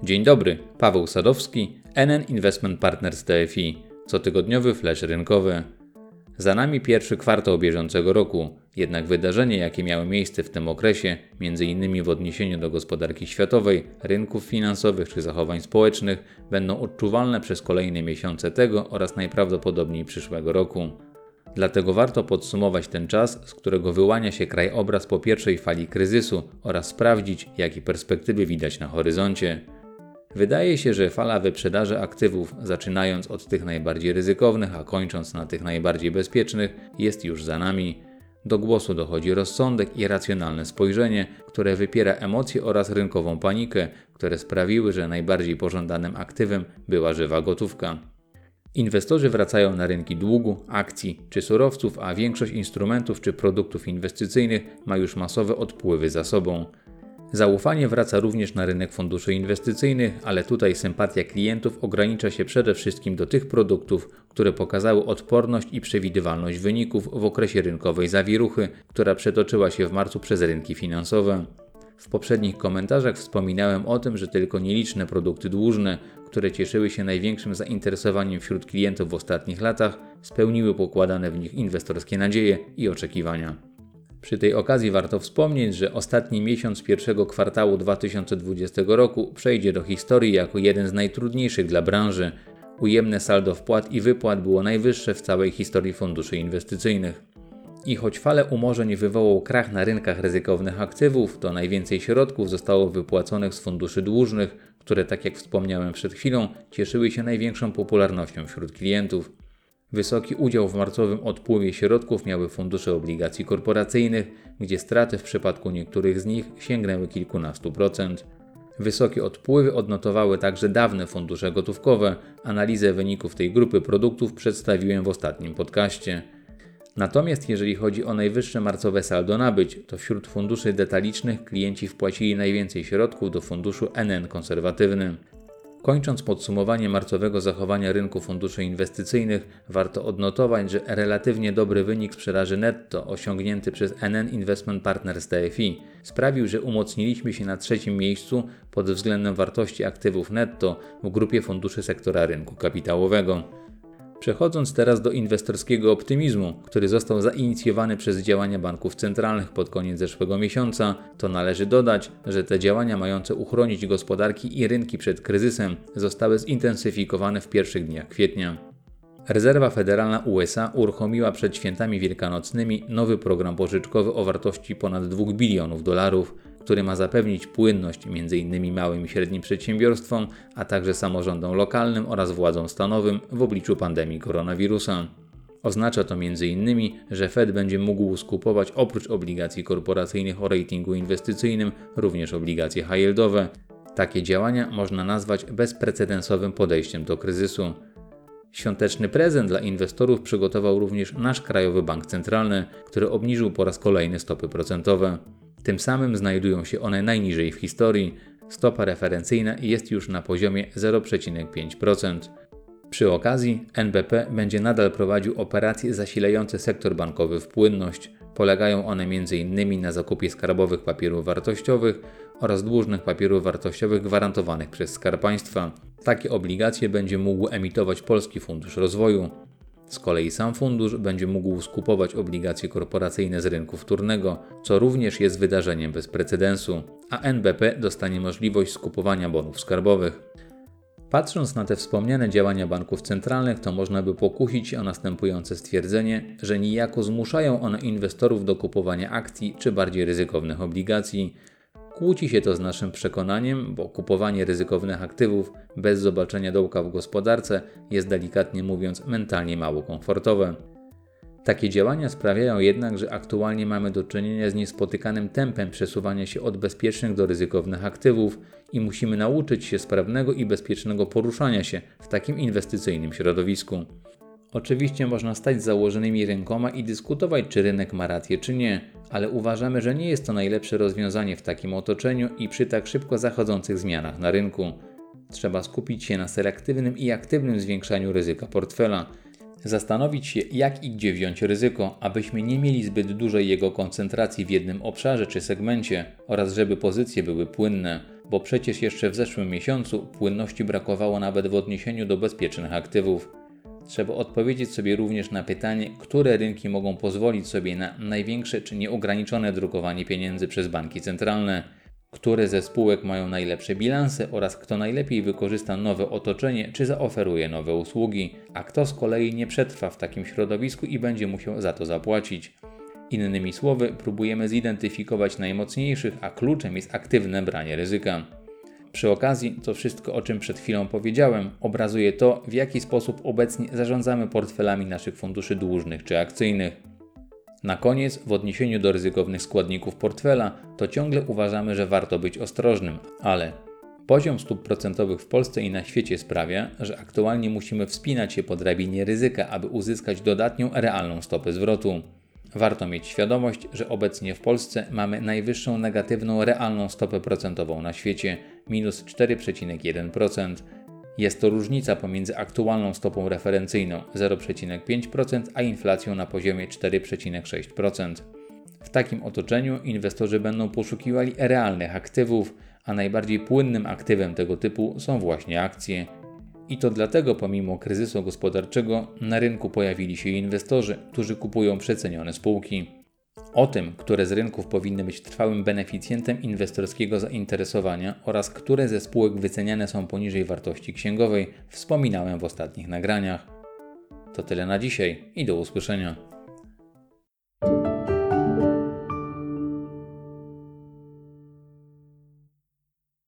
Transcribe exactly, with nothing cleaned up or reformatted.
Dzień dobry, Paweł Sadowski, N N Investment Partners T F I, cotygodniowy flash rynkowy. Za nami pierwszy kwartał bieżącego roku, jednak wydarzenia, jakie miały miejsce w tym okresie, między innymi w odniesieniu do gospodarki światowej, rynków finansowych czy zachowań społecznych, będą odczuwalne przez kolejne miesiące tego oraz najprawdopodobniej przyszłego roku. Dlatego warto podsumować ten czas, z którego wyłania się krajobraz po pierwszej fali kryzysu oraz sprawdzić, jakie perspektywy widać na horyzoncie. Wydaje się, że fala wyprzedaży aktywów, zaczynając od tych najbardziej ryzykownych, a kończąc na tych najbardziej bezpiecznych, jest już za nami. Do głosu dochodzi rozsądek i racjonalne spojrzenie, które wypiera emocje oraz rynkową panikę, które sprawiły, że najbardziej pożądanym aktywem była żywa gotówka. Inwestorzy wracają na rynki długu, akcji czy surowców, a większość instrumentów czy produktów inwestycyjnych ma już masowe odpływy za sobą. Zaufanie wraca również na rynek funduszy inwestycyjnych, ale tutaj sympatia klientów ogranicza się przede wszystkim do tych produktów, które pokazały odporność i przewidywalność wyników w okresie rynkowej zawiruchy, która przetoczyła się w marcu przez rynki finansowe. W poprzednich komentarzach wspominałem o tym, że tylko nieliczne produkty dłużne, które cieszyły się największym zainteresowaniem wśród klientów w ostatnich latach, spełniły pokładane w nich inwestorskie nadzieje i oczekiwania. Przy tej okazji warto wspomnieć, że ostatni miesiąc pierwszego kwartału dwa tysiące dwudziestego roku przejdzie do historii jako jeden z najtrudniejszych dla branży. Ujemne saldo wpłat i wypłat było najwyższe w całej historii funduszy inwestycyjnych. I choć falę umorzeń wywołał krach na rynkach ryzykownych aktywów, to najwięcej środków zostało wypłaconych z funduszy dłużnych, które, tak jak wspomniałem przed chwilą, cieszyły się największą popularnością wśród klientów. Wysoki udział w marcowym odpływie środków miały fundusze obligacji korporacyjnych, gdzie straty w przypadku niektórych z nich sięgnęły kilkunastu procent. Wysokie odpływy odnotowały także dawne fundusze gotówkowe. Analizę wyników tej grupy produktów przedstawiłem w ostatnim podcaście. Natomiast jeżeli chodzi o najwyższe marcowe saldo nabyć, to wśród funduszy detalicznych klienci wpłacili najwięcej środków do funduszu N N konserwatywny. Kończąc podsumowanie marcowego zachowania rynku funduszy inwestycyjnych, warto odnotować, że relatywnie dobry wynik sprzedaży netto osiągnięty przez N N Investment Partners T F I sprawił, że umocniliśmy się na trzecim miejscu pod względem wartości aktywów netto w grupie funduszy sektora rynku kapitałowego. Przechodząc teraz do inwestorskiego optymizmu, który został zainicjowany przez działania banków centralnych pod koniec zeszłego miesiąca, to należy dodać, że te działania mające uchronić gospodarki i rynki przed kryzysem zostały zintensyfikowane w pierwszych dniach kwietnia. Rezerwa Federalna U S A uruchomiła przed świętami wielkanocnymi nowy program pożyczkowy o wartości ponad dwóch bilionów dolarów, który ma zapewnić płynność między innymi małym i średnim przedsiębiorstwom, a także samorządom lokalnym oraz władzom stanowym w obliczu pandemii koronawirusa. Oznacza to między innymi, że Fed będzie mógł skupować oprócz obligacji korporacyjnych o ratingu inwestycyjnym również obligacje high yieldowe. Takie działania można nazwać bezprecedensowym podejściem do kryzysu. Świąteczny prezent dla inwestorów przygotował również nasz Krajowy Bank Centralny, który obniżył po raz kolejny stopy procentowe. Tym samym znajdują się one najniżej w historii. Stopa referencyjna jest już na poziomie zero przecinek pięć procent. Przy okazji N B P będzie nadal prowadził operacje zasilające sektor bankowy w płynność. Polegają one między innymi na zakupie skarbowych papierów wartościowych oraz dłużnych papierów wartościowych gwarantowanych przez Skarb Państwa. Takie obligacje będzie mógł emitować Polski Fundusz Rozwoju. Z kolei sam fundusz będzie mógł skupować obligacje korporacyjne z rynku wtórnego, co również jest wydarzeniem bez precedensu, a N B P dostanie możliwość skupowania bonów skarbowych. Patrząc na te wspomniane działania banków centralnych, to można by pokusić się o następujące stwierdzenie, że niejako zmuszają one inwestorów do kupowania akcji czy bardziej ryzykownych obligacji. Kłóci się to z naszym przekonaniem, bo kupowanie ryzykownych aktywów bez zobaczenia dołka w gospodarce jest delikatnie mówiąc mentalnie mało komfortowe. Takie działania sprawiają jednak, że aktualnie mamy do czynienia z niespotykanym tempem przesuwania się od bezpiecznych do ryzykownych aktywów i musimy nauczyć się sprawnego i bezpiecznego poruszania się w takim inwestycyjnym środowisku. Oczywiście można stać z założonymi rękoma i dyskutować, czy rynek ma rację, czy nie, ale uważamy, że nie jest to najlepsze rozwiązanie w takim otoczeniu i przy tak szybko zachodzących zmianach na rynku. Trzeba skupić się na selektywnym i aktywnym zwiększaniu ryzyka portfela. Zastanowić się, jak i gdzie wziąć ryzyko, abyśmy nie mieli zbyt dużej jego koncentracji w jednym obszarze czy segmencie oraz żeby pozycje były płynne. bo przecież jeszcze w zeszłym miesiącu płynności brakowało nawet w odniesieniu do bezpiecznych aktywów. Trzeba odpowiedzieć sobie również na pytanie, które rynki mogą pozwolić sobie na największe czy nieograniczone drukowanie pieniędzy przez banki centralne, które ze spółek mają najlepsze bilanse oraz kto najlepiej wykorzysta nowe otoczenie czy zaoferuje nowe usługi, a kto z kolei nie przetrwa w takim środowisku i będzie musiał za to zapłacić. Innymi słowy, próbujemy zidentyfikować najmocniejszych, a kluczem jest aktywne branie ryzyka. Przy okazji, to wszystko, o czym przed chwilą powiedziałem, obrazuje to, w jaki sposób obecnie zarządzamy portfelami naszych funduszy dłużnych czy akcyjnych. Na koniec, w odniesieniu do ryzykownych składników portfela, to ciągle uważamy, że warto być ostrożnym, ale poziom stóp procentowych w Polsce i na świecie sprawia, że aktualnie musimy wspinać się po drabinie ryzyka, aby uzyskać dodatnią realną stopę zwrotu. Warto mieć świadomość, że obecnie w Polsce mamy najwyższą negatywną realną stopę procentową na świecie, minus cztery przecinek jeden procent. Jest to różnica pomiędzy aktualną stopą referencyjną zero przecinek pięć procent a inflacją na poziomie cztery przecinek sześć procent. W takim otoczeniu inwestorzy będą poszukiwali realnych aktywów, a najbardziej płynnym aktywem tego typu są właśnie akcje. I to dlatego pomimo kryzysu gospodarczego na rynku pojawili się inwestorzy, którzy kupują przecenione spółki. O tym, które z rynków powinny być trwałym beneficjentem inwestorskiego zainteresowania oraz które ze spółek wyceniane są poniżej wartości księgowej, wspominałem w ostatnich nagraniach. To tyle na dzisiaj i do usłyszenia.